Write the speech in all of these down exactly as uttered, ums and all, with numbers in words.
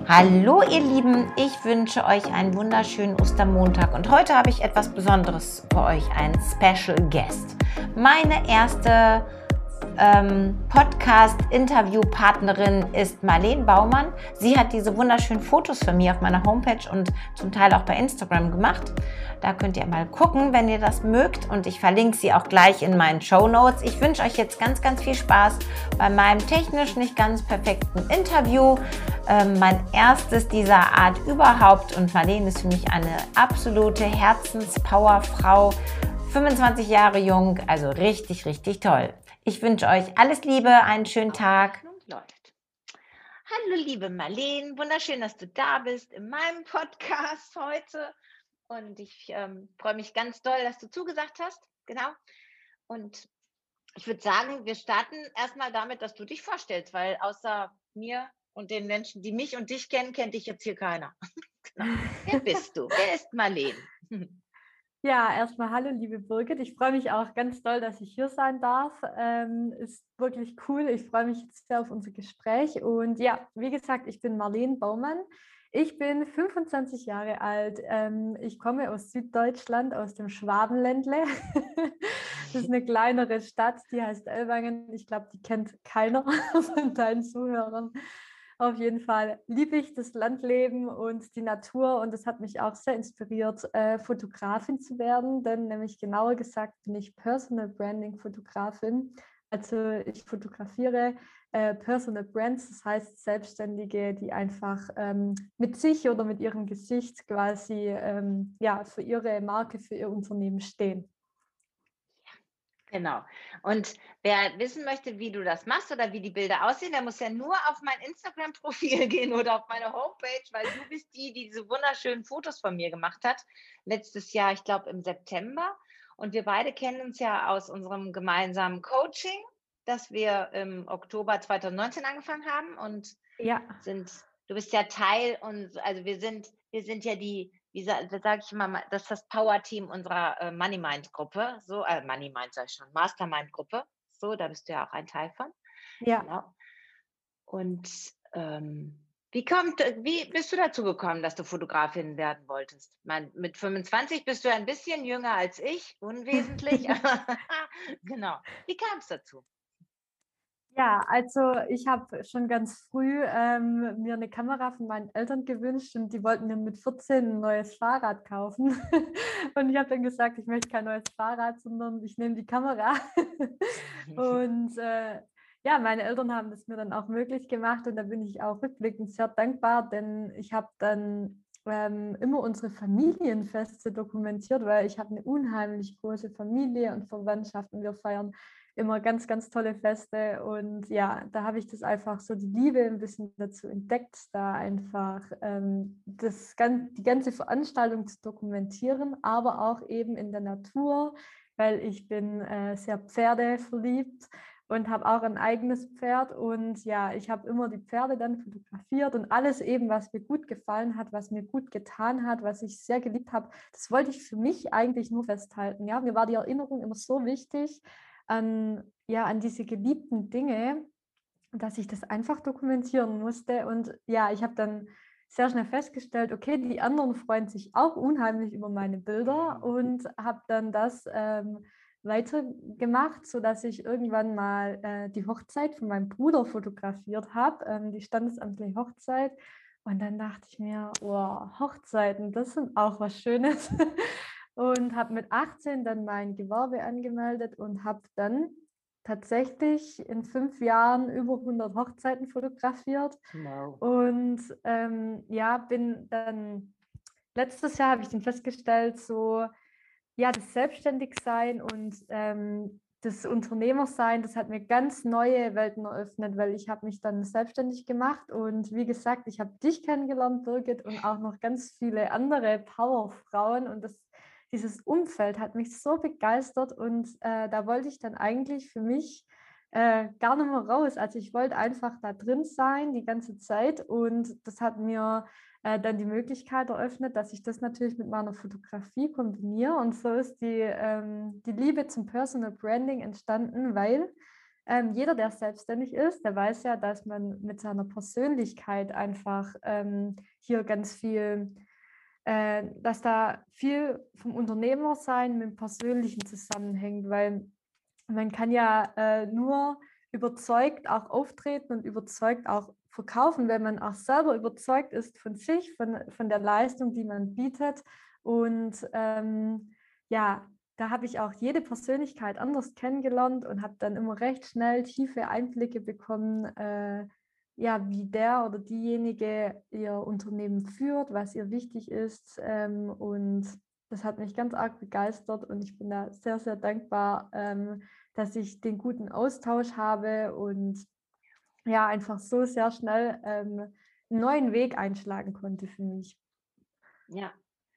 Hallo ihr Lieben, ich wünsche euch einen wunderschönen Ostermontag und heute habe ich etwas Besonderes für euch, einen Special Guest. Meine erste ähm, Podcast-Interview-Partnerin ist Marlene Baumann. Sie hat diese wunderschönen Fotos von mir auf meiner Homepage und zum Teil auch bei Instagram gemacht. Da könnt ihr mal gucken, wenn ihr das mögt, und ich verlinke sie auch gleich in meinen Shownotes. Ich wünsche euch jetzt ganz, ganz viel Spaß bei meinem technisch nicht ganz perfekten Interview. Ähm, mein erstes dieser Art überhaupt, und Marlene ist für mich eine absolute Herzenspowerfrau, fünfundzwanzig Jahre jung, also richtig, richtig toll. Ich wünsche euch alles Liebe, einen schönen Tag. Läuft. Hallo liebe Marlene, wunderschön, dass du da bist in meinem Podcast heute, und ich ähm, freue mich ganz doll, dass du zugesagt hast. Genau. Und ich würde sagen, wir starten erstmal damit, dass du dich vorstellst, weil außer mir und den Menschen, die mich und dich kennen, kennt dich jetzt hier keiner. Genau. Wer bist du? Wer ist Marlene? Ja, erstmal hallo, liebe Birgit. Ich freue mich auch ganz doll, dass ich hier sein darf. Ähm, ist wirklich cool. Ich freue mich jetzt sehr auf unser Gespräch. Und ja, wie gesagt, ich bin Marlene Baumann. Ich bin fünfundzwanzig Jahre alt. Ähm, ich komme aus Süddeutschland, aus dem Schwabenländle. Das ist eine kleinere Stadt, die heißt Ellwangen. Ich glaube, die kennt keiner von deinen Zuhörern. Auf jeden Fall liebe ich das Landleben und die Natur, und das hat mich auch sehr inspiriert, äh, Fotografin zu werden, denn nämlich genauer gesagt bin ich Personal Branding Fotografin. Also ich fotografiere äh, Personal Brands, das heißt Selbstständige, die einfach ähm, mit sich oder mit ihrem Gesicht quasi ähm, ja, für ihre Marke, für ihr Unternehmen stehen. Genau. Und wer wissen möchte, wie du das machst oder wie die Bilder aussehen, der muss ja nur auf mein Instagram-Profil gehen oder auf meine Homepage, weil du bist die, die diese wunderschönen Fotos von mir gemacht hat. Letztes Jahr, ich glaube im September. Und wir beide kennen uns ja aus unserem gemeinsamen Coaching, das wir im Oktober zweitausendneunzehn angefangen haben, und Ja. sind, du bist ja Teil, und also wir sind, wir sind ja die, wie sage sag ich immer, das ist das Power-Team unserer äh, Money Mind-Gruppe, so, äh, Money Mind sag ich schon, Mastermind-Gruppe, so, da bist du ja auch ein Teil von. Ja. Genau. Und ähm, wie kommt, wie bist du dazu gekommen, dass du Fotografin werden wolltest? Man, mit fünfundzwanzig bist du ein bisschen jünger als ich, unwesentlich, aber genau. Wie kam es dazu? Ja, also ich habe schon ganz früh ähm, mir eine Kamera von meinen Eltern gewünscht, und die wollten mir mit vierzehn ein neues Fahrrad kaufen. Und ich habe dann gesagt, ich möchte kein neues Fahrrad, sondern ich nehme die Kamera. Und äh, ja, meine Eltern haben das mir dann auch möglich gemacht, und da bin ich auch rückblickend sehr dankbar, denn ich habe dann ähm, immer unsere Familienfeste dokumentiert, weil ich habe eine unheimlich große Familie und Verwandtschaft, und wir feiern immer ganz, ganz tolle Feste. Und ja, da habe ich das einfach so, die Liebe ein bisschen dazu entdeckt, da einfach ähm, das, die ganze Veranstaltung zu dokumentieren, aber auch eben in der Natur, weil ich bin äh, sehr pferdeverliebt und habe auch ein eigenes Pferd. Und ja, ich habe immer die Pferde dann fotografiert, und alles eben, was mir gut gefallen hat, was mir gut getan hat, was ich sehr geliebt habe, das wollte ich für mich eigentlich nur festhalten. Ja, mir war die Erinnerung immer so wichtig an, ja, an diese geliebten Dinge, dass ich das einfach dokumentieren musste. Und ja, ich habe dann sehr schnell festgestellt, okay, die anderen freuen sich auch unheimlich über meine Bilder, und habe dann das ähm, weitergemacht, sodass ich irgendwann mal äh, die Hochzeit von meinem Bruder fotografiert habe, ähm, die standesamtliche Hochzeit. Und dann dachte ich mir, oh, Hochzeiten, das sind auch was Schönes. Und habe mit achtzehn dann mein Gewerbe angemeldet und habe dann tatsächlich in fünf Jahren über hundert Hochzeiten fotografiert. Wow. Und ähm, ja, bin dann, letztes Jahr habe ich dann festgestellt, so, ja, das Selbstständigsein und ähm, das Unternehmersein, das hat mir ganz neue Welten eröffnet, weil ich habe mich dann selbstständig gemacht, und wie gesagt, ich habe dich kennengelernt, Birgit, und auch noch ganz viele andere Powerfrauen, und das, dieses Umfeld hat mich so begeistert, und äh, da wollte ich dann eigentlich für mich äh, gar nicht mehr raus. Also ich wollte einfach da drin sein die ganze Zeit, und das hat mir äh, dann die Möglichkeit eröffnet, dass ich das natürlich mit meiner Fotografie kombiniere, und so ist die, ähm, die Liebe zum Personal Branding entstanden, weil ähm, jeder, der selbstständig ist, der weiß ja, dass man mit seiner Persönlichkeit einfach ähm, hier ganz viel, äh, dass da viel vom Unternehmersein mit dem Persönlichen zusammenhängt, weil man kann ja äh, nur überzeugt auch auftreten und überzeugt auch verkaufen, wenn man auch selber überzeugt ist von sich, von, von der Leistung, die man bietet. Und ähm, ja, da habe ich auch jede Persönlichkeit anders kennengelernt und habe dann immer recht schnell tiefe Einblicke bekommen, äh, ja, wie der oder diejenige ihr Unternehmen führt, was ihr wichtig ist. Ähm, und das hat mich ganz arg begeistert und ich bin da sehr, sehr dankbar, ähm, dass ich den guten Austausch habe und ja, einfach so sehr schnell ähm, einen neuen Weg einschlagen konnte für mich. Ja.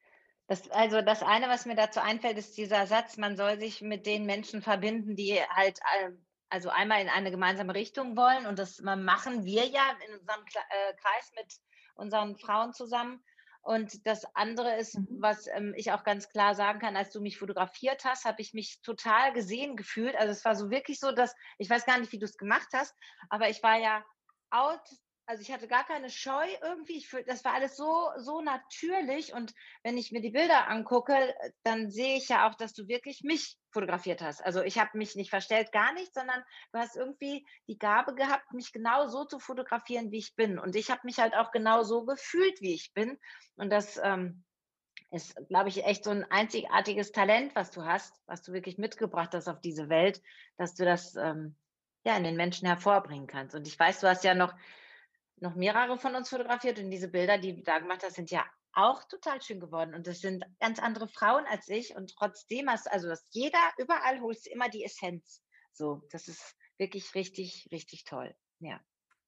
Das, also das eine, was mir dazu einfällt, ist dieser Satz, man soll sich mit den Menschen verbinden, die halt äh, also einmal in eine gemeinsame Richtung wollen. Und das machen wir ja in unserem Kle- äh, Kreis mit unseren Frauen zusammen. Und das andere ist, Mhm. was ähm, ich auch ganz klar sagen kann, als du mich fotografiert hast, habe ich mich total gesehen gefühlt. Also es war so wirklich so, dass, ich weiß gar nicht, wie du es gemacht hast, aber ich war ja out, also ich hatte gar keine Scheu irgendwie. Ich fühl, das war alles so, so natürlich. Und wenn ich mir die Bilder angucke, dann sehe ich ja auch, dass du wirklich mich fotografiert hast. Also ich habe mich nicht verstellt, gar nicht, sondern du hast irgendwie die Gabe gehabt, mich genau so zu fotografieren, wie ich bin. Und ich habe mich halt auch genau so gefühlt, wie ich bin. Und das ähm, ist, glaube ich, echt so ein einzigartiges Talent, was du hast, was du wirklich mitgebracht hast auf diese Welt, dass du das ähm, ja in den Menschen hervorbringen kannst. Und ich weiß, du hast ja noch noch mehrere von uns fotografiert und diese Bilder, die du da gemacht hast, sind ja auch total schön geworden. Und das sind ganz andere Frauen als ich. Und trotzdem hast also dass jeder, überall holst du immer die Essenz. So, das ist wirklich richtig, richtig toll. Ja.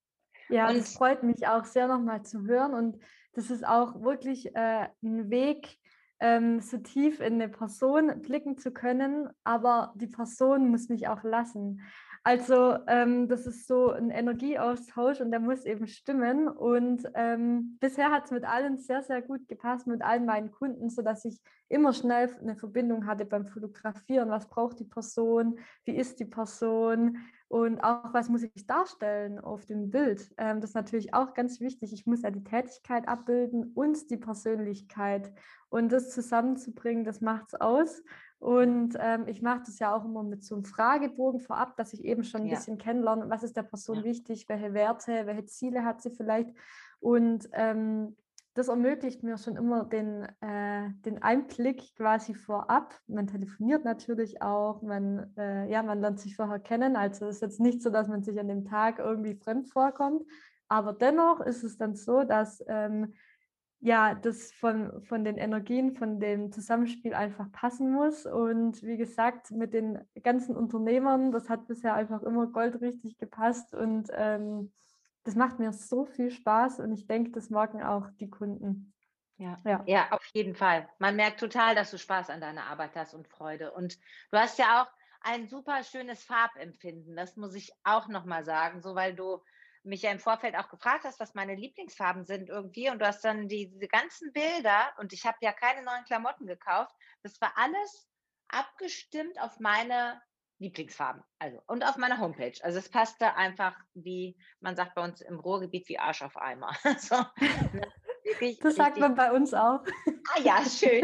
Ja, das Und freut mich auch sehr nochmal zu hören und das ist auch wirklich äh, ein Weg, ähm, so tief in eine Person blicken zu können, aber die Person muss mich auch lassen. Also ähm, das ist so ein Energieaustausch und der muss eben stimmen und ähm, bisher hat es mit allen sehr, sehr gut gepasst, mit allen meinen Kunden, sodass ich immer schnell eine Verbindung hatte beim Fotografieren. Was braucht die Person? Wie ist die Person? Und auch, was muss ich darstellen auf dem Bild? Ähm, das ist natürlich auch ganz wichtig. Ich muss ja die Tätigkeit abbilden und die Persönlichkeit. Und das zusammenzubringen, das macht es aus. Und ähm, ich mache das ja auch immer mit so einem Fragebogen vorab, dass ich eben schon ein ja, bisschen kennenlerne, was ist der Person ja, wichtig, welche Werte, welche Ziele hat sie vielleicht. Und ähm, das ermöglicht mir schon immer den, äh, den Einblick quasi vorab. Man telefoniert natürlich auch, man, äh, ja, man lernt sich vorher kennen. Also es ist jetzt nicht so, dass man sich an dem Tag irgendwie fremd vorkommt. Aber dennoch ist es dann so, dass ähm, ja, das von, von den Energien, von dem Zusammenspiel einfach passen muss. Und wie gesagt, mit den ganzen Unternehmern, das hat bisher einfach immer goldrichtig gepasst. Und ähm, das macht mir so viel Spaß und ich denke, das merken auch die Kunden. ja. Ja. Ja, auf jeden Fall. Man merkt total, dass du Spaß an deiner Arbeit hast und Freude. Und du hast ja auch ein super schönes Farbempfinden. Das muss ich auch nochmal sagen, so weil du mich ja im Vorfeld auch gefragt hast, was meine Lieblingsfarben sind irgendwie. Und du hast dann die, diese ganzen Bilder und ich habe ja keine neuen Klamotten gekauft. Das war alles abgestimmt auf meine Lieblingsfarben, also und auf meiner Homepage. Also es passte einfach, wie man sagt bei uns im Ruhrgebiet, wie Arsch auf Eimer. So, ne, wirklich Das sagt richtig. man bei uns auch. Ah ja, schön.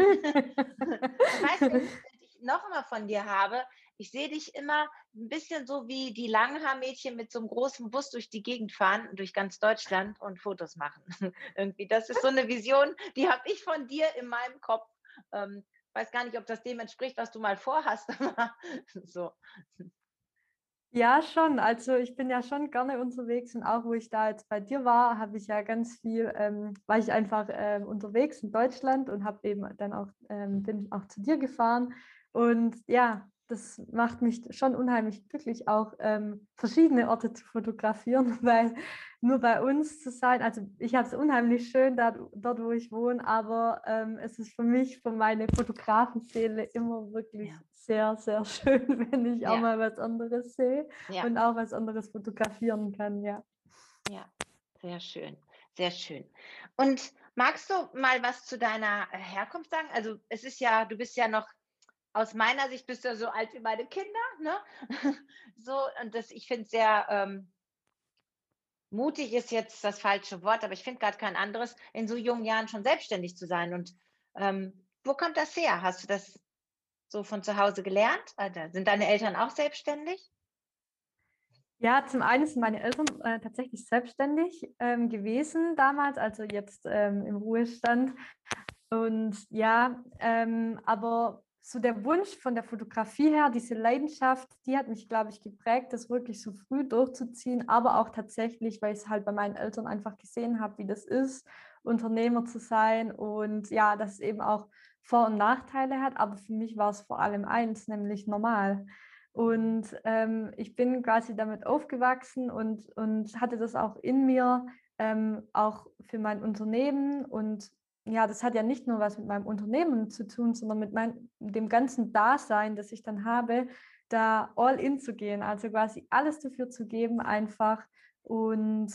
Und weißt du, welches Bild ich noch immer von dir habe? Ich sehe dich immer ein bisschen so wie die Langhaarmädchen mit so einem großen Bus durch die Gegend fahren, durch ganz Deutschland und Fotos machen. Irgendwie, das ist so eine Vision, die habe ich von dir in meinem Kopf. Ähm, weiß gar nicht, ob das dem entspricht, was du mal vorhast, aber so. Ja, schon. Also ich bin ja schon gerne unterwegs und auch wo ich da jetzt bei dir war, habe ich ja ganz viel, ähm, war ich einfach ähm, unterwegs in Deutschland und habe eben dann auch, ähm, bin auch zu dir gefahren. Und ja, das macht mich schon unheimlich glücklich, auch ähm, verschiedene Orte zu fotografieren, weil nur bei uns zu sein, also ich habe es unheimlich schön da, dort, wo ich wohne, aber ähm, es ist für mich, für meine Fotografenseele immer wirklich Ja, sehr, sehr schön, wenn ich auch ja, mal was anderes sehe ja, und auch was anderes fotografieren kann, ja. ja. Sehr schön, sehr schön. Und magst du mal was zu deiner äh, Herkunft sagen? Also es ist ja, du bist ja noch aus meiner Sicht bist du ja so alt wie meine Kinder, ne? So, und das, ich finde es sehr ähm, mutig ist jetzt das falsche Wort, aber ich finde gerade kein anderes, in so jungen Jahren schon selbstständig zu sein. Und ähm, wo kommt das her? Hast du das so von zu Hause gelernt? Oder sind deine Eltern auch selbstständig? Ja, zum einen sind meine Eltern äh, tatsächlich selbstständig ähm, gewesen damals, also jetzt ähm, im Ruhestand. Und ja, ähm, aber so der Wunsch von der Fotografie her, diese Leidenschaft, die hat mich, glaube ich, geprägt, das wirklich so früh durchzuziehen, aber auch tatsächlich, weil ich es halt bei meinen Eltern einfach gesehen habe, wie das ist, Unternehmer zu sein und ja, dass es eben auch Vor- und Nachteile hat, aber für mich war es vor allem eins, nämlich normal. Und ähm, ich bin quasi damit aufgewachsen und, und hatte das auch in mir, ähm, auch für mein Unternehmen. Und ja, das hat ja nicht nur was mit meinem Unternehmen zu tun, sondern mit mein, dem ganzen Dasein, das ich dann habe, da all in zu gehen, also quasi alles dafür zu geben einfach. Und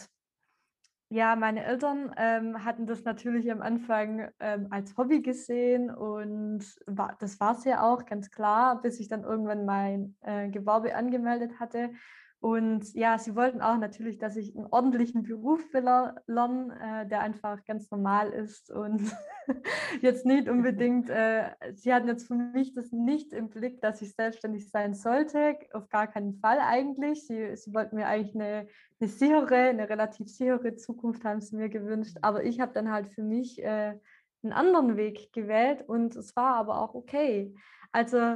ja, meine Eltern ähm, hatten das natürlich am Anfang ähm, als Hobby gesehen und war, das war es ja auch, ganz klar, bis ich dann irgendwann mein äh, Gewerbe angemeldet hatte. Und ja, sie wollten auch natürlich, dass ich einen ordentlichen Beruf ler- lerne, äh, der einfach ganz normal ist und jetzt nicht unbedingt, äh, sie hatten jetzt für mich das nicht im Blick, dass ich selbstständig sein sollte, auf gar keinen Fall eigentlich. Sie, sie wollten mir eigentlich eine eine sichere, eine relativ sichere Zukunft haben sie mir gewünscht. Aber ich habe dann halt für mich äh, einen anderen Weg gewählt und es war aber auch okay. Also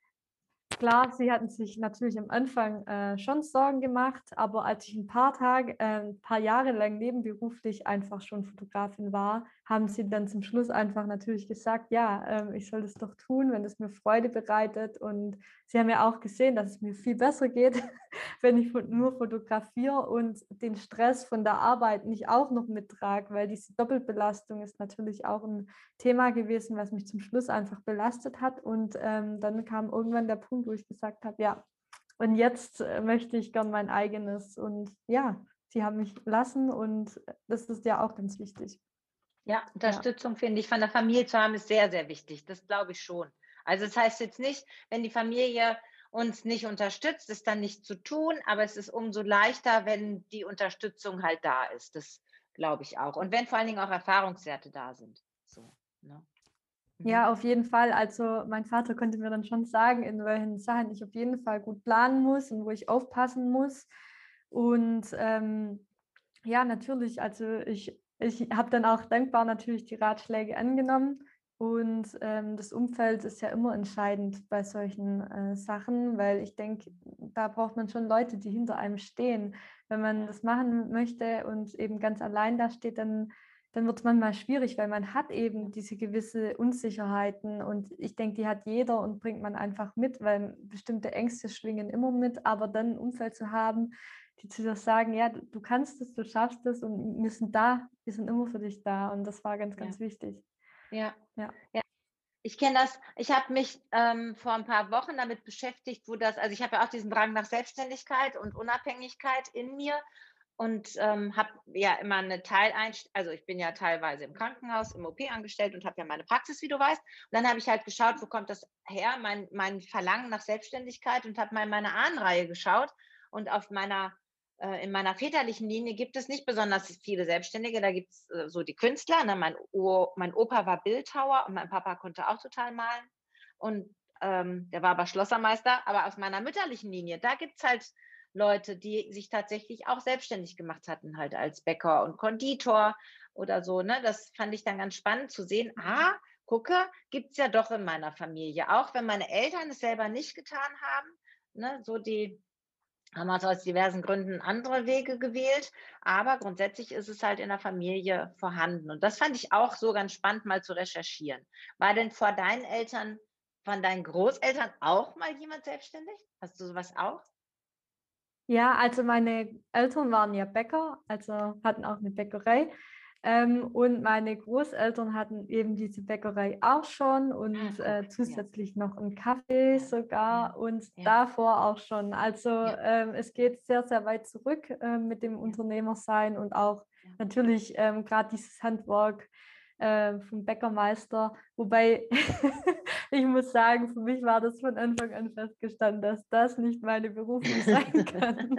klar, sie hatten sich natürlich am Anfang äh, schon Sorgen gemacht, aber als ich ein paar Tage, äh, ein paar Jahre lang nebenberuflich einfach schon Fotografin war, haben sie dann zum Schluss einfach natürlich gesagt, ja, ähm, ich soll das doch tun, wenn es mir Freude bereitet. Und sie haben ja auch gesehen, dass es mir viel besser geht, wenn ich nur fotografiere und den Stress von der Arbeit nicht auch noch mittrage, weil diese Doppelbelastung ist natürlich auch ein Thema gewesen, was mich zum Schluss einfach belastet hat. Und ähm, dann kam irgendwann der Punkt, wo ich gesagt habe, ja, und jetzt äh, möchte ich gern mein eigenes. Und ja, sie haben mich lassen und das ist ja auch ganz wichtig. Ja, Ja. Unterstützung, finde ich, von der Familie zu haben, ist sehr, sehr wichtig. Das glaube ich schon. Also das heißt jetzt nicht, wenn die Familie uns nicht unterstützt, ist dann nichts zu tun, aber es ist umso leichter, wenn die Unterstützung halt da ist. Das glaube ich auch. Und wenn vor allen Dingen auch Erfahrungswerte da sind. So, ne? Mhm. Ja, auf jeden Fall. Also mein Vater konnte mir dann schon sagen, in welchen Sachen ich auf jeden Fall gut planen muss und wo ich aufpassen muss. Und ähm, ja, natürlich, also ich, ich habe dann auch dankbar natürlich die Ratschläge angenommen. Und ähm, das Umfeld ist ja immer entscheidend bei solchen äh, Sachen, weil ich denke, da braucht man schon Leute, die hinter einem stehen. Wenn man Ja, das machen möchte und eben ganz allein da steht, dann dann wird es manchmal schwierig, weil man hat ja, eben diese gewisse Unsicherheiten und ich denke, die hat jeder und bringt man einfach mit, weil bestimmte Ängste schwingen immer mit, aber dann ein Umfeld zu haben, die zu dir sagen, ja, du, du kannst es, du schaffst es und wir sind da, wir sind immer für dich da und das war ganz, ja, ganz wichtig. ja. Ja. Ja. Ich kenne das. Ich habe mich ähm, vor ein paar Wochen damit beschäftigt, wo das, also ich habe ja auch diesen Drang nach Selbstständigkeit und Unabhängigkeit in mir und ähm, habe ja immer eine Teileinstellung, also ich bin ja teilweise im Krankenhaus, im O P angestellt und habe ja meine Praxis, wie du weißt. Und dann habe ich halt geschaut, wo kommt das her, mein, mein Verlangen nach Selbstständigkeit und habe mal in meine Ahnenreihe geschaut und auf meiner äh, in meiner väterlichen Linie gibt es nicht besonders viele Selbstständige. Da gibt es äh, so die Künstler. Ne? Mein, o mein Opa war Bildhauer und mein Papa konnte auch total malen. Und ähm, der war aber Schlossermeister. Aber aus meiner mütterlichen Linie, da gibt es halt Leute, die sich tatsächlich auch selbstständig gemacht hatten, halt als Bäcker und Konditor oder so. Ne? Das fand ich dann ganz spannend zu sehen. Ah, gucke, gibt es ja doch in meiner Familie. Auch wenn meine Eltern es selber nicht getan haben. Ne? So die haben also aus diversen Gründen andere Wege gewählt, aber grundsätzlich ist es halt in der Familie vorhanden. Und das fand ich auch so ganz spannend, mal zu recherchieren. War denn vor deinen Eltern, von deinen Großeltern auch mal jemand selbstständig? Hast du sowas auch? Ja, also meine Eltern waren ja Bäcker, also hatten auch eine Bäckerei. Ähm, und meine Großeltern hatten eben diese Bäckerei auch schon Ah, und guck, äh, ja, zusätzlich noch ein Café ja, ja, sogar und ja, davor auch schon. Also ja, ähm, es geht sehr, sehr weit zurück äh, mit dem ja, Unternehmersein und auch ja, natürlich ähm, gerade dieses Handwerk. äh, vom Bäckermeister. Wobei ich muss sagen, für mich war das von Anfang an festgestanden, dass das nicht meine Berufung sein kann.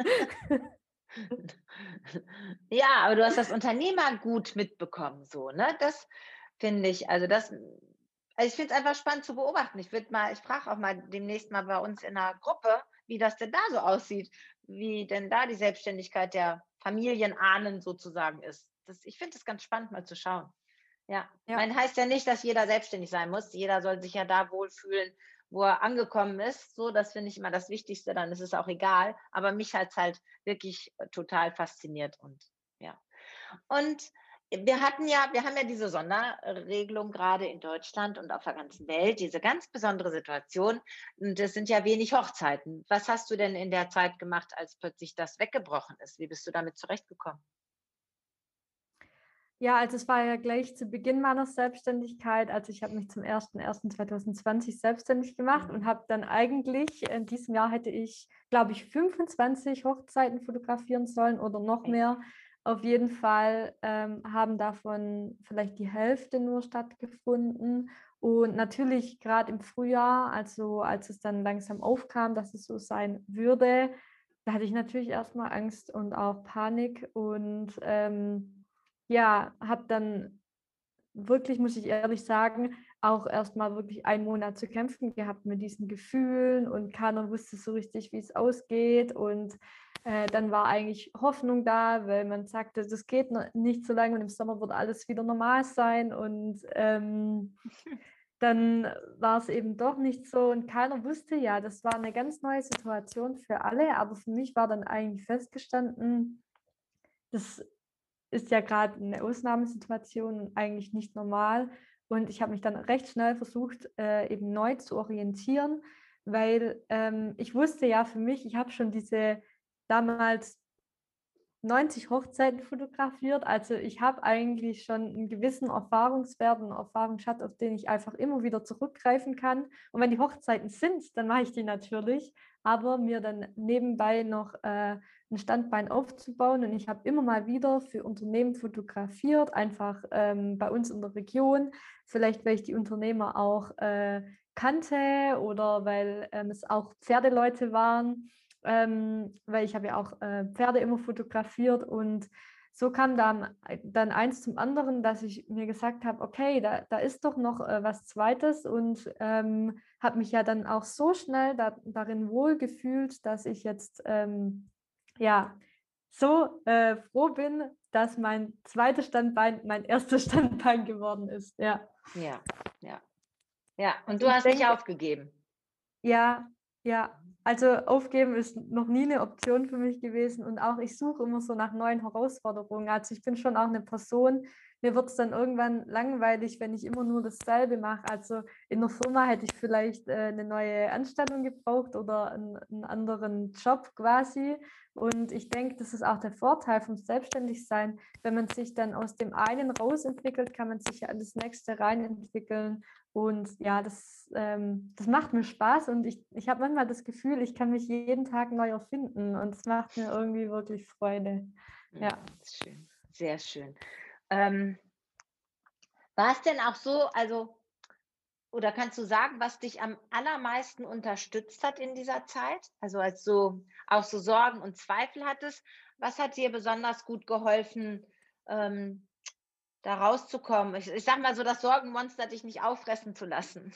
Ja, aber du hast das Unternehmergut mitbekommen, so, ne? Das finde ich, also das, also ich finde es einfach spannend zu beobachten. Ich würde mal, ich frage auch mal demnächst mal bei uns in der Gruppe, wie das denn da so aussieht, wie denn da die Selbstständigkeit der Familienahnen sozusagen ist. Das, ich finde es ganz spannend, mal zu schauen. Ja, Ja. mein heißt ja nicht, dass jeder selbstständig sein muss. Jeder soll sich ja da wohlfühlen, wo er angekommen ist. So, das finde ich immer das Wichtigste. Dann ist es auch egal. Aber mich hat es halt wirklich äh, total fasziniert und ja. Und wir hatten ja, wir haben ja diese Sonderregelung gerade in Deutschland und auf der ganzen Welt, diese ganz besondere Situation. Und es sind ja wenig Hochzeiten. Was hast du denn in der Zeit gemacht, als plötzlich das weggebrochen ist? Wie bist du damit zurechtgekommen? Ja, also es war ja gleich zu Beginn meiner Selbstständigkeit. Also ich habe mich zum ersten ersten zweitausendzwanzig selbstständig gemacht und Mhm. habe dann eigentlich, in diesem Jahr hätte ich, glaube ich, fünfundzwanzig Hochzeiten fotografieren sollen oder noch Okay. mehr. Auf jeden Fall ähm, haben davon vielleicht die Hälfte nur stattgefunden. Und natürlich gerade im Frühjahr, also als es dann langsam aufkam, dass es so sein würde, da hatte ich natürlich erstmal Angst und auch Panik und ähm, ja, habe dann wirklich, muss ich ehrlich sagen, auch erstmal wirklich einen Monat zu kämpfen gehabt mit diesen Gefühlen und keiner wusste so richtig, wie es ausgeht. Und äh, dann war eigentlich Hoffnung da, weil man sagte, das geht noch nicht so lange und im Sommer wird alles wieder normal sein. Und ähm, dann war es eben doch nicht so und keiner wusste ja, das war eine ganz neue Situation für alle, aber für mich war dann eigentlich festgestanden, das ist ja gerade eine Ausnahmesituation und eigentlich nicht normal. Und ich habe mich dann recht schnell versucht, äh, eben neu zu orientieren, weil ähm, ich wusste ja für mich, ich habe schon diese damals neunzig Hochzeiten fotografiert. Also ich habe eigentlich schon einen gewissen Erfahrungswert, einen Erfahrungsschatz, auf den ich einfach immer wieder zurückgreifen kann. Und wenn die Hochzeiten sind, dann mache ich die natürlich, aber mir dann nebenbei noch äh, ein Standbein aufzubauen. Und ich habe immer mal wieder für Unternehmen fotografiert, einfach ähm, bei uns in der Region. Vielleicht, weil ich die Unternehmer auch äh, kannte oder weil ähm, es auch Pferdeleute waren, ähm, weil ich habe ja auch äh, Pferde immer fotografiert und so kam dann, dann eins zum anderen, dass ich mir gesagt habe, okay, da, da ist doch noch äh, was Zweites und ähm, habe mich ja dann auch so schnell da, darin wohlgefühlt, dass ich jetzt ähm, ja so äh, froh bin, dass mein zweites Standbein mein erstes Standbein geworden ist. Ja, Ja, ja, ja. Und also du ich hast nicht denke, aufgegeben. ja, ja. Also aufgeben ist noch nie eine Option für mich gewesen und auch ich suche immer so nach neuen Herausforderungen. Also ich bin schon auch eine Person, mir wird es dann irgendwann langweilig, wenn ich immer nur dasselbe mache. Also in der Firma hätte ich vielleicht äh, eine neue Anstellung gebraucht oder einen, einen anderen Job quasi. Und ich denke, das ist auch der Vorteil vom Selbstständigsein. Wenn man sich dann aus dem einen rausentwickelt, kann man sich ja in das nächste reinentwickeln. Und ja, das, ähm, das macht mir Spaß und ich, ich habe manchmal das Gefühl, ich kann mich jeden Tag neu erfinden und es macht mir irgendwie wirklich Freude. Mhm, Ja. schön, sehr schön. Ähm, war es denn auch so, also, oder kannst du sagen, was dich am allermeisten unterstützt hat in dieser Zeit? Also als du auch so Sorgen und Zweifel hattest, was hat dir besonders gut geholfen, ähm, da rauszukommen? Ich, ich sag mal so, das Sorgenmonster dich nicht auffressen zu lassen.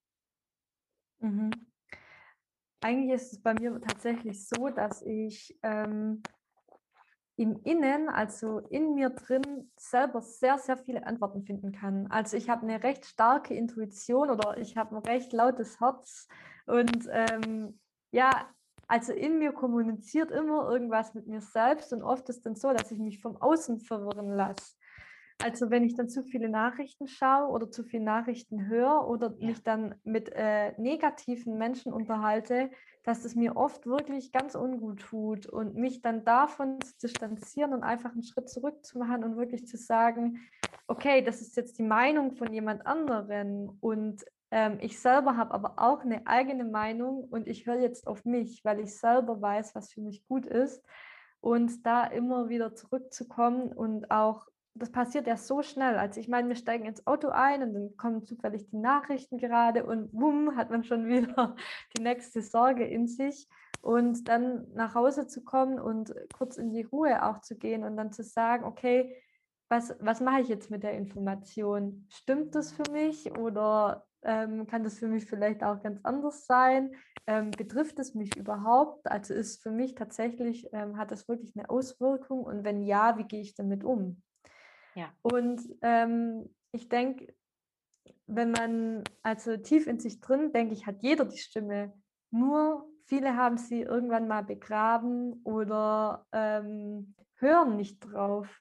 Mhm. Eigentlich ist es bei mir tatsächlich so, dass ich ähm, im Innen, also in mir drin, selber sehr, sehr viele Antworten finden kann. Also ich habe eine recht starke Intuition oder ich habe ein recht lautes Herz und ähm, ja, also in mir kommuniziert immer irgendwas mit mir selbst und oft ist dann so, dass ich mich vom Außen verwirren lasse. Also wenn ich dann zu viele Nachrichten schaue oder zu viele Nachrichten höre oder Ja. mich dann mit äh, negativen Menschen unterhalte, dass es mir oft wirklich ganz ungut tut und mich dann davon zu distanzieren und einfach einen Schritt zurück zu machen und wirklich zu sagen, okay, das ist jetzt die Meinung von jemand anderen und ähm, ich selber habe aber auch eine eigene Meinung und ich höre jetzt auf mich, weil ich selber weiß, was für mich gut ist und da immer wieder zurückzukommen und auch das passiert ja so schnell. Also ich meine, wir steigen ins Auto ein und dann kommen zufällig die Nachrichten gerade und bumm, hat man schon wieder die nächste Sorge in sich. Und dann nach Hause zu kommen und kurz in die Ruhe auch zu gehen und dann zu sagen, okay, was, was mache ich jetzt mit der Information? Stimmt das für mich oder ähm, kann das für mich vielleicht auch ganz anders sein? Ähm, betrifft es mich überhaupt? Also ist für mich tatsächlich, ähm, hat das wirklich eine Auswirkung? Und wenn ja, wie gehe ich damit um? Ja. Und ähm, ich denke, wenn man also tief in sich drin, denke ich, hat jeder die Stimme. Nur viele haben sie irgendwann mal begraben oder ähm, hören nicht drauf.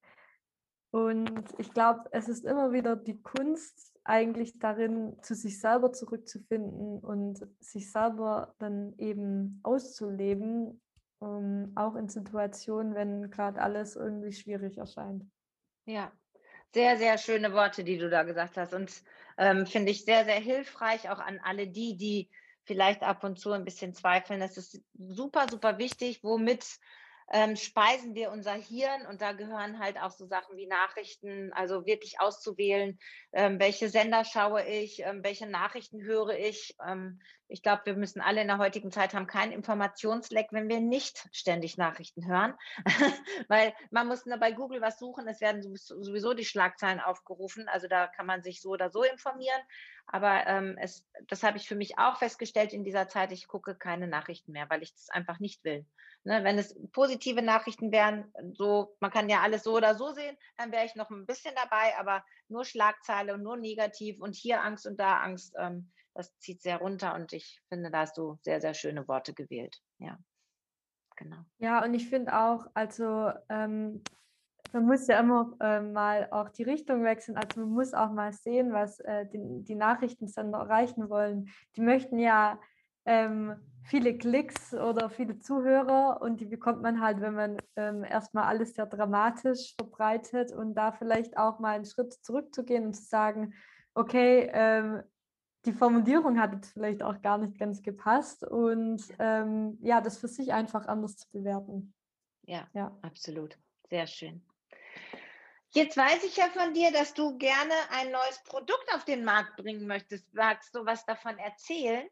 Und ich glaube, es ist immer wieder die Kunst eigentlich darin, zu sich selber zurückzufinden und sich selber dann eben auszuleben, ähm, auch in Situationen, wenn gerade alles irgendwie schwierig erscheint. Ja, sehr, sehr schöne Worte, die du da gesagt hast. Und ähm, finde ich sehr, sehr hilfreich, auch an alle die, die vielleicht ab und zu ein bisschen zweifeln. Es ist super, super wichtig, womit ähm, speisen wir unser Hirn. Und da gehören halt auch so Sachen wie Nachrichten, also wirklich auszuwählen, ähm, welche Sender schaue ich, ähm, welche Nachrichten höre ich. Ähm, ich glaube, wir müssen alle in der heutigen Zeit haben keinen Informationsleck, wenn wir nicht ständig Nachrichten hören. Weil man muss nur bei Google was suchen, es werden sowieso die Schlagzeilen aufgerufen, also da kann man sich so oder so informieren. Aber ähm, es, das habe ich für mich auch festgestellt in dieser Zeit, ich gucke keine Nachrichten mehr, weil ich das einfach nicht will. Ne, wenn es positive Nachrichten wären, so, man kann ja alles so oder so sehen, dann wäre ich noch ein bisschen dabei, aber nur Schlagzeile und nur negativ und hier Angst und da Angst, ähm, das zieht sehr runter und ich finde, da hast du sehr, sehr schöne Worte gewählt. Ja, genau. Ja, und ich finde auch, also ähm, man muss ja immer äh, mal auch die Richtung wechseln. Also man muss auch mal sehen, was äh, die, die Nachrichtensender erreichen wollen. Die möchten ja ähm, viele Klicks oder viele Zuhörer und die bekommt man halt, wenn man ähm, erstmal alles sehr dramatisch verbreitet und da vielleicht auch mal einen Schritt zurückzugehen und zu sagen, okay, ähm, die Formulierung hat jetzt vielleicht auch gar nicht ganz gepasst und ähm, ja, das für sich einfach anders zu bewerten. Ja, Ja. absolut. Sehr schön. Jetzt weiß ich ja von dir, dass du gerne ein neues Produkt auf den Markt bringen möchtest. Magst du was davon erzählen?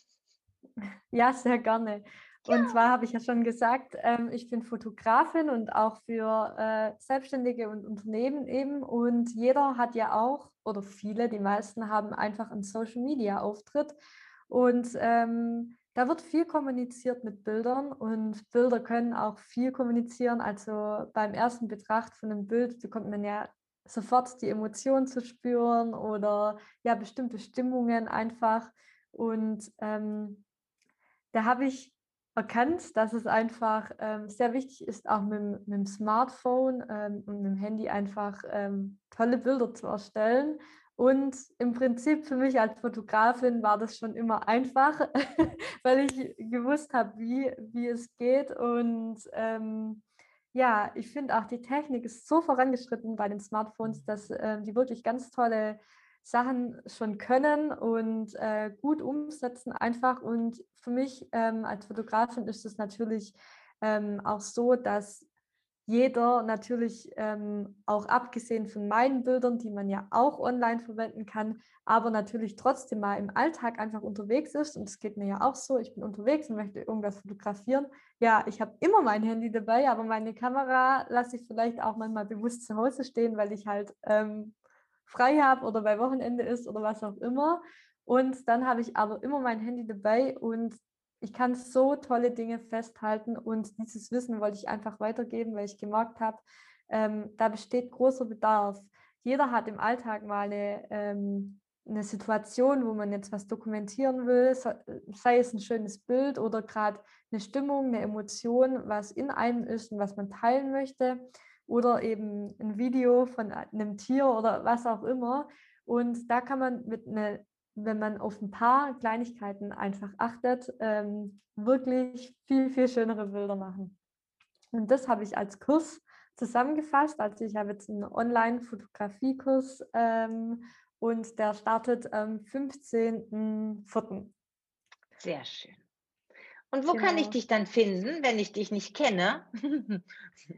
Ja, sehr gerne. Und zwar habe ich ja schon gesagt, ähm, ich bin Fotografin und auch für äh, Selbstständige und Unternehmen eben. Und jeder hat ja auch, oder viele, die meisten haben einfach einen Social-Media-Auftritt. Und ähm, da wird viel kommuniziert mit Bildern und Bilder können auch viel kommunizieren. Also beim ersten Betracht von einem Bild bekommt man ja sofort die Emotionen zu spüren oder ja bestimmte Stimmungen einfach. Und ähm, da habe ich erkannt, dass es einfach ähm, sehr wichtig ist, auch mit, mit dem Smartphone ähm, und mit dem Handy einfach ähm, tolle Bilder zu erstellen. Und im Prinzip für mich als Fotografin war das schon immer einfach, weil ich gewusst habe, wie, wie es geht. Und ähm, ja, ich finde auch, die Technik ist so vorangeschritten bei den Smartphones, dass ähm, die wirklich ganz tolle Sachen schon können und äh, gut umsetzen einfach. Und für mich ähm, als Fotografin ist es natürlich ähm, auch so, dass jeder natürlich ähm, auch abgesehen von meinen Bildern, die man ja auch online verwenden kann, aber natürlich trotzdem mal im Alltag einfach unterwegs ist. Und es geht mir ja auch so, ich bin unterwegs und möchte irgendwas fotografieren. Ja, ich habe immer mein Handy dabei, aber meine Kamera lasse ich vielleicht auch manchmal bewusst zu Hause stehen, weil ich halt ähm, frei habe oder bei Wochenende ist oder was auch immer. Und dann habe ich aber immer mein Handy dabei und ich kann so tolle Dinge festhalten und dieses Wissen wollte ich einfach weitergeben, weil ich gemerkt habe, ähm, da besteht großer Bedarf. Jeder hat im Alltag mal eine, ähm, eine Situation, wo man jetzt was dokumentieren will, sei es ein schönes Bild oder gerade eine Stimmung, eine Emotion, was in einem ist und was man teilen möchte oder eben ein Video von einem Tier oder was auch immer. Und da kann man mit einer, wenn man auf ein paar Kleinigkeiten einfach achtet, ähm, wirklich viel, viel schönere Bilder machen. Und das habe ich als Kurs zusammengefasst. Also ich habe jetzt einen Online-Fotografiekurs ähm, und der startet am fünfzehnten vierten Sehr schön. Und wo kann ich Genau. dich dann finden, wenn ich dich nicht kenne?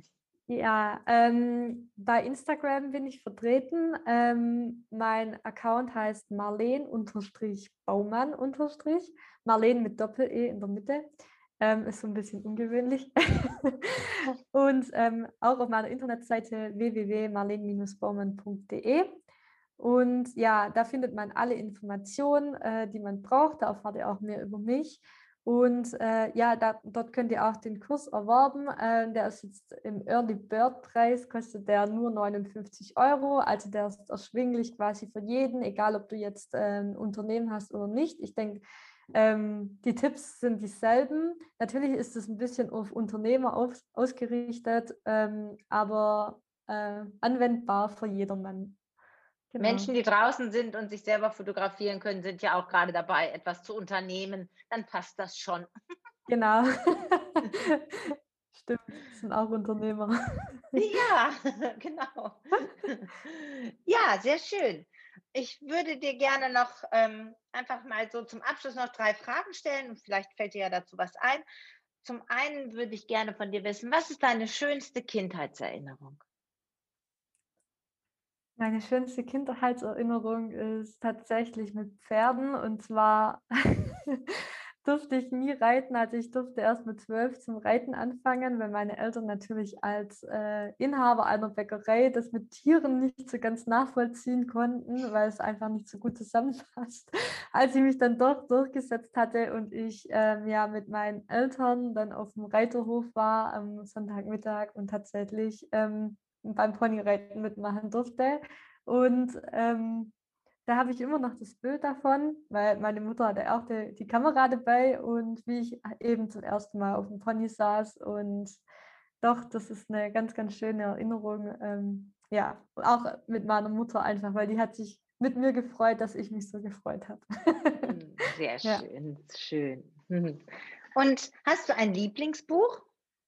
Ja, ähm, bei Instagram bin ich vertreten. Ähm, mein Account heißt Marleen-Baumann-. Marleen mit Doppel-E in der Mitte. Ähm, ist so ein bisschen ungewöhnlich. Und ähm, auch auf meiner Internetseite w w w punkt marleen baumann punkt de. Und ja, da findet man alle Informationen, äh, die man braucht. Da erfahrt ihr auch mehr über mich. Und äh, ja, da, dort könnt ihr auch den Kurs erwerben. Äh, der ist jetzt im Early Bird Preis, kostet der nur neunundfünfzig Euro. Also der ist erschwinglich quasi für jeden, egal ob du jetzt äh, ein Unternehmen hast oder nicht. Ich denke, ähm, die Tipps sind dieselben. Natürlich ist es ein bisschen auf Unternehmer aus, ausgerichtet, ähm, aber äh, anwendbar für jedermann. Genau. Menschen, die draußen sind und sich selber fotografieren können, sind ja auch gerade dabei, etwas zu unternehmen. Dann passt das schon. Genau. Stimmt, das sind auch Unternehmer. Ja, genau. Ja, sehr schön. Ich würde dir gerne noch ähm, einfach mal so zum Abschluss noch drei Fragen stellen und vielleicht fällt dir ja dazu was ein. Zum einen würde ich gerne von dir wissen, was ist deine schönste Kindheitserinnerung? Meine schönste Kindheitserinnerung ist tatsächlich mit Pferden. Und zwar durfte ich nie reiten. Also ich durfte erst mit zwölf zum Reiten anfangen, weil meine Eltern natürlich als äh, Inhaber einer Bäckerei das mit Tieren nicht so ganz nachvollziehen konnten, weil es einfach nicht so gut zusammenpasst. Als ich mich dann doch durchgesetzt hatte und ich ähm, ja mit meinen Eltern dann auf dem Reiterhof war am Sonntagmittag und tatsächlich ähm, beim Ponyreiten mitmachen durfte. Und ähm, da habe ich immer noch das Bild davon, weil meine Mutter hatte auch die, die Kamera dabei und wie ich eben zum ersten Mal auf dem Pony saß. Und doch, das ist eine ganz, ganz schöne Erinnerung. Ähm, ja, auch mit meiner Mutter einfach, weil die hat sich mit mir gefreut, dass ich mich so gefreut habe. Hm, sehr Ja. schön, schön. Und hast du ein Lieblingsbuch?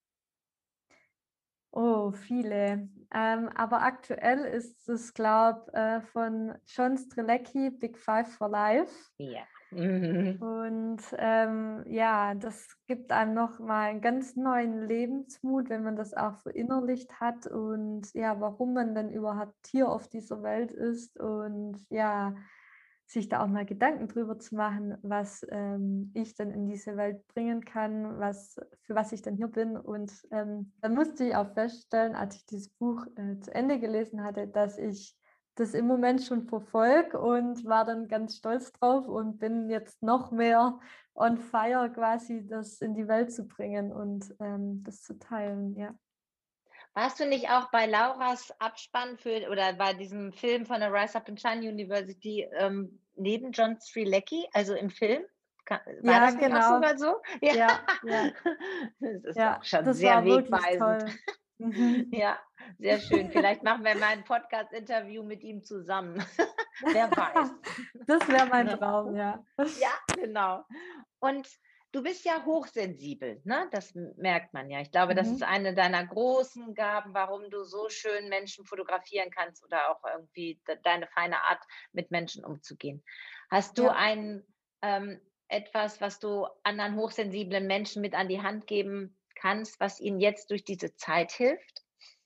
Oh, viele. Ähm, aber aktuell ist es, glaube ich, äh, von John Strzelecki, Big Five for Life. Ja. Mhm. Und ähm, ja, das gibt einem noch mal einen ganz neuen Lebensmut, wenn man das auch verinnerlicht hat und ja, warum man denn überhaupt hier auf dieser Welt ist und ja, sich da auch mal Gedanken drüber zu machen, was ähm, ich dann in diese Welt bringen kann, was, für was ich dann hier bin. Und ähm, dann musste ich auch feststellen, als ich dieses Buch äh, zu Ende gelesen hatte, dass ich das im Moment schon verfolge und war dann ganz stolz drauf und bin jetzt noch mehr on fire, quasi das in die Welt zu bringen und ähm, das zu teilen, ja. Warst du nicht auch bei Lauras Abspann für oder bei diesem Film von der Rise Up and Shine University ähm, neben John Strzelecki, also im Film? Ka war Ja, das nicht auch genau. sogar so? Ja. Ja, ja, Das ist auch ja, schon das sehr war wirklich wegweisend. toll. Mhm. Ja, sehr schön. Vielleicht machen wir mal ein Podcast-Interview mit ihm zusammen. Wer weiß. Das wäre mein Ne? Traum, ja. Ja, genau. Und du bist ja hochsensibel, ne? Das m merkt man ja. Ich glaube, das ist Mhm. eine deiner großen Gaben, warum du so schön Menschen fotografieren kannst oder auch irgendwie de deine feine Art, mit Menschen umzugehen. Hast du Ja. ein ähm, etwas, was du anderen hochsensiblen Menschen mit an die Hand geben kannst, was ihnen jetzt durch diese Zeit hilft?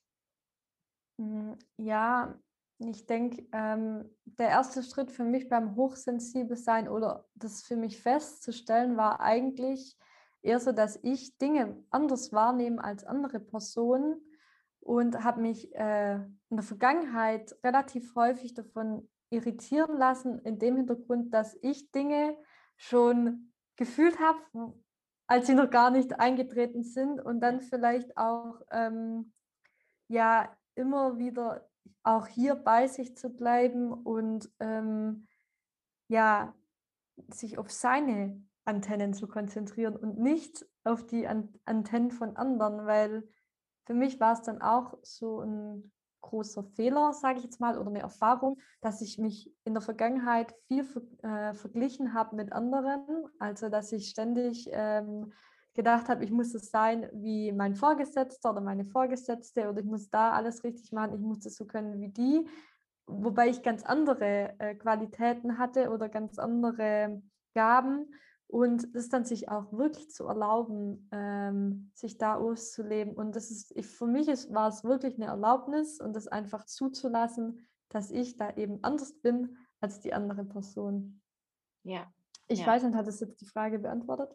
Mm, Ja, ich denke, ähm, der erste Schritt für mich beim Hochsensibelsein oder das für mich festzustellen, war eigentlich eher so, dass ich Dinge anders wahrnehme als andere Personen und habe mich äh, in der Vergangenheit relativ häufig davon irritieren lassen, in dem Hintergrund, dass ich Dinge schon gefühlt habe, als sie noch gar nicht eingetreten sind und dann vielleicht auch ähm, ja immer wieder auch hier bei sich zu bleiben und ähm, ja, sich auf seine Antennen zu konzentrieren und nicht auf die An Antennen von anderen, weil für mich war es dann auch so ein großer Fehler, sage ich jetzt mal, oder eine Erfahrung, dass ich mich in der Vergangenheit viel ver äh, verglichen habe mit anderen. Also, dass ich ständig ähm, gedacht habe, ich muss es sein wie mein Vorgesetzter oder meine Vorgesetzte oder ich muss da alles richtig machen, ich muss das so können wie die, wobei ich ganz andere äh, Qualitäten hatte oder ganz andere Gaben und das dann sich auch wirklich zu erlauben, ähm, sich da auszuleben. Und das ist, ich, für mich ist, war es wirklich eine Erlaubnis und das einfach zuzulassen, dass ich da eben anders bin als die andere Person. Ja. Ich Ja. weiß nicht, hat das jetzt die Frage beantwortet?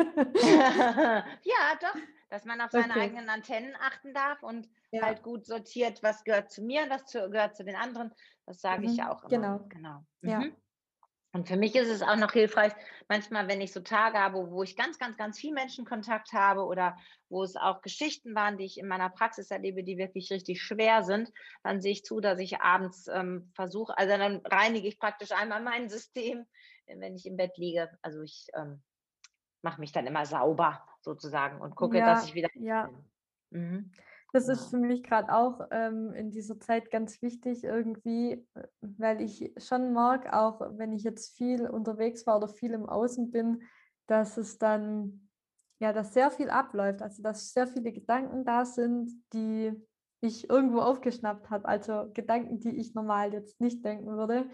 Ja, doch, dass man auf seine Okay. eigenen Antennen achten darf und Ja. halt gut sortiert, was gehört zu mir, was zu, gehört zu den anderen. Das sage ich Mhm, ja auch immer. genau. Genau. Ja. Mhm. Und für mich ist es auch noch hilfreich, manchmal, wenn ich so Tage habe, wo ich ganz, ganz, ganz viel Menschenkontakt habe oder wo es auch Geschichten waren, die ich in meiner Praxis erlebe, die wirklich richtig schwer sind, dann sehe ich zu, dass ich abends ähm, versuche, also dann reinige ich praktisch einmal mein System, wenn ich im Bett liege. Also ich ähm, mache mich dann immer sauber sozusagen und gucke, dass Ja, ich wieder ja. bin. Mhm. Das Ja. ist für mich gerade auch ähm, in dieser Zeit ganz wichtig irgendwie, äh, weil ich schon mag, auch wenn ich jetzt viel unterwegs war oder viel im Außen bin, dass es dann, ja, dass sehr viel abläuft, also dass sehr viele Gedanken da sind, die ich irgendwo aufgeschnappt habe, also Gedanken, die ich normal jetzt nicht denken würde.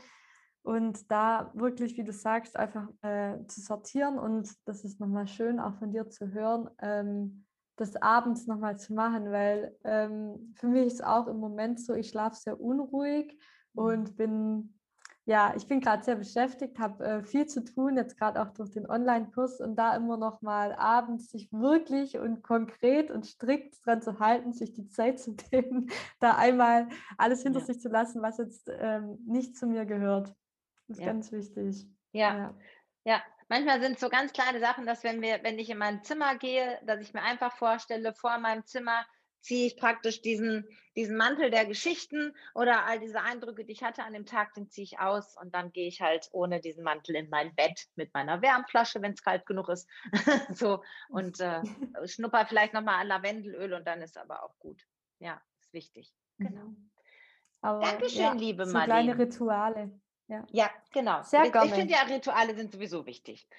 Und da wirklich, wie du sagst, einfach äh, zu sortieren und das ist nochmal schön, auch von dir zu hören, ähm, das abends nochmal zu machen, weil ähm, für mich ist es auch im Moment so, ich schlafe sehr unruhig und bin, ja, ich bin gerade sehr beschäftigt, habe äh, viel zu tun, jetzt gerade auch durch den Online-Kurs und da immer nochmal abends sich wirklich und konkret und strikt dran zu halten, sich die Zeit zu nehmen, da einmal alles hinter Ja. sich zu lassen, was jetzt ähm, nicht zu mir gehört. Das ist Ja. ganz wichtig. Ja. Ja. Ja, manchmal sind es so ganz kleine Sachen, dass wenn wir, wenn ich in mein Zimmer gehe, dass ich mir einfach vorstelle, vor meinem Zimmer ziehe ich praktisch diesen, diesen Mantel der Geschichten oder all diese Eindrücke, die ich hatte an dem Tag, den ziehe ich aus und dann gehe ich halt ohne diesen Mantel in mein Bett mit meiner Wärmflasche, wenn es kalt genug ist, so und äh, schnupper vielleicht nochmal an Lavendelöl und dann ist aber auch gut. Ja, ist wichtig. Genau. Mhm. Aber Dankeschön, ja, liebe so kleine Marleen. Rituale. Ja, Ja, genau. sehr Ich finde gerne. ja, Rituale sind sowieso wichtig.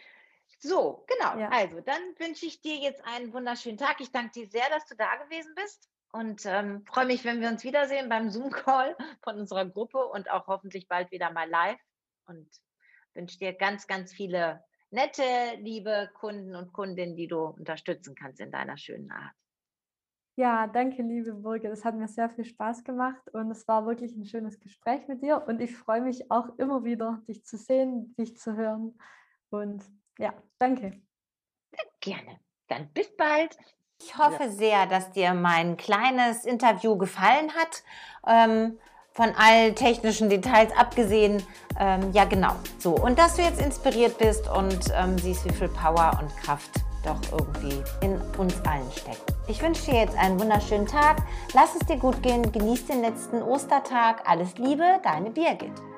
So, genau. Ja. Also, dann wünsche ich dir jetzt einen wunderschönen Tag. Ich danke dir sehr, dass du da gewesen bist und ähm, freue mich, wenn wir uns wiedersehen beim Zoom-Call von unserer Gruppe und auch hoffentlich bald wieder mal live. Und wünsche dir ganz, ganz viele nette, liebe Kunden und Kundinnen, die du unterstützen kannst in deiner schönen Art. Ja, danke, liebe Birgit. Es hat mir sehr viel Spaß gemacht und es war wirklich ein schönes Gespräch mit dir. Und ich freue mich auch immer wieder, dich zu sehen, dich zu hören. Und ja, danke. Gerne. Dann bis bald. Ich hoffe sehr, dass dir mein kleines Interview gefallen hat. Ähm, von allen technischen Details abgesehen. Ähm, ja, genau. So. Und dass du jetzt inspiriert bist und ähm, siehst, wie viel Power und Kraft doch irgendwie in uns allen steckt. Ich wünsche dir jetzt einen wunderschönen Tag. Lass es dir gut gehen. Genieß den letzten Ostertag. Alles Liebe, deine Birgit.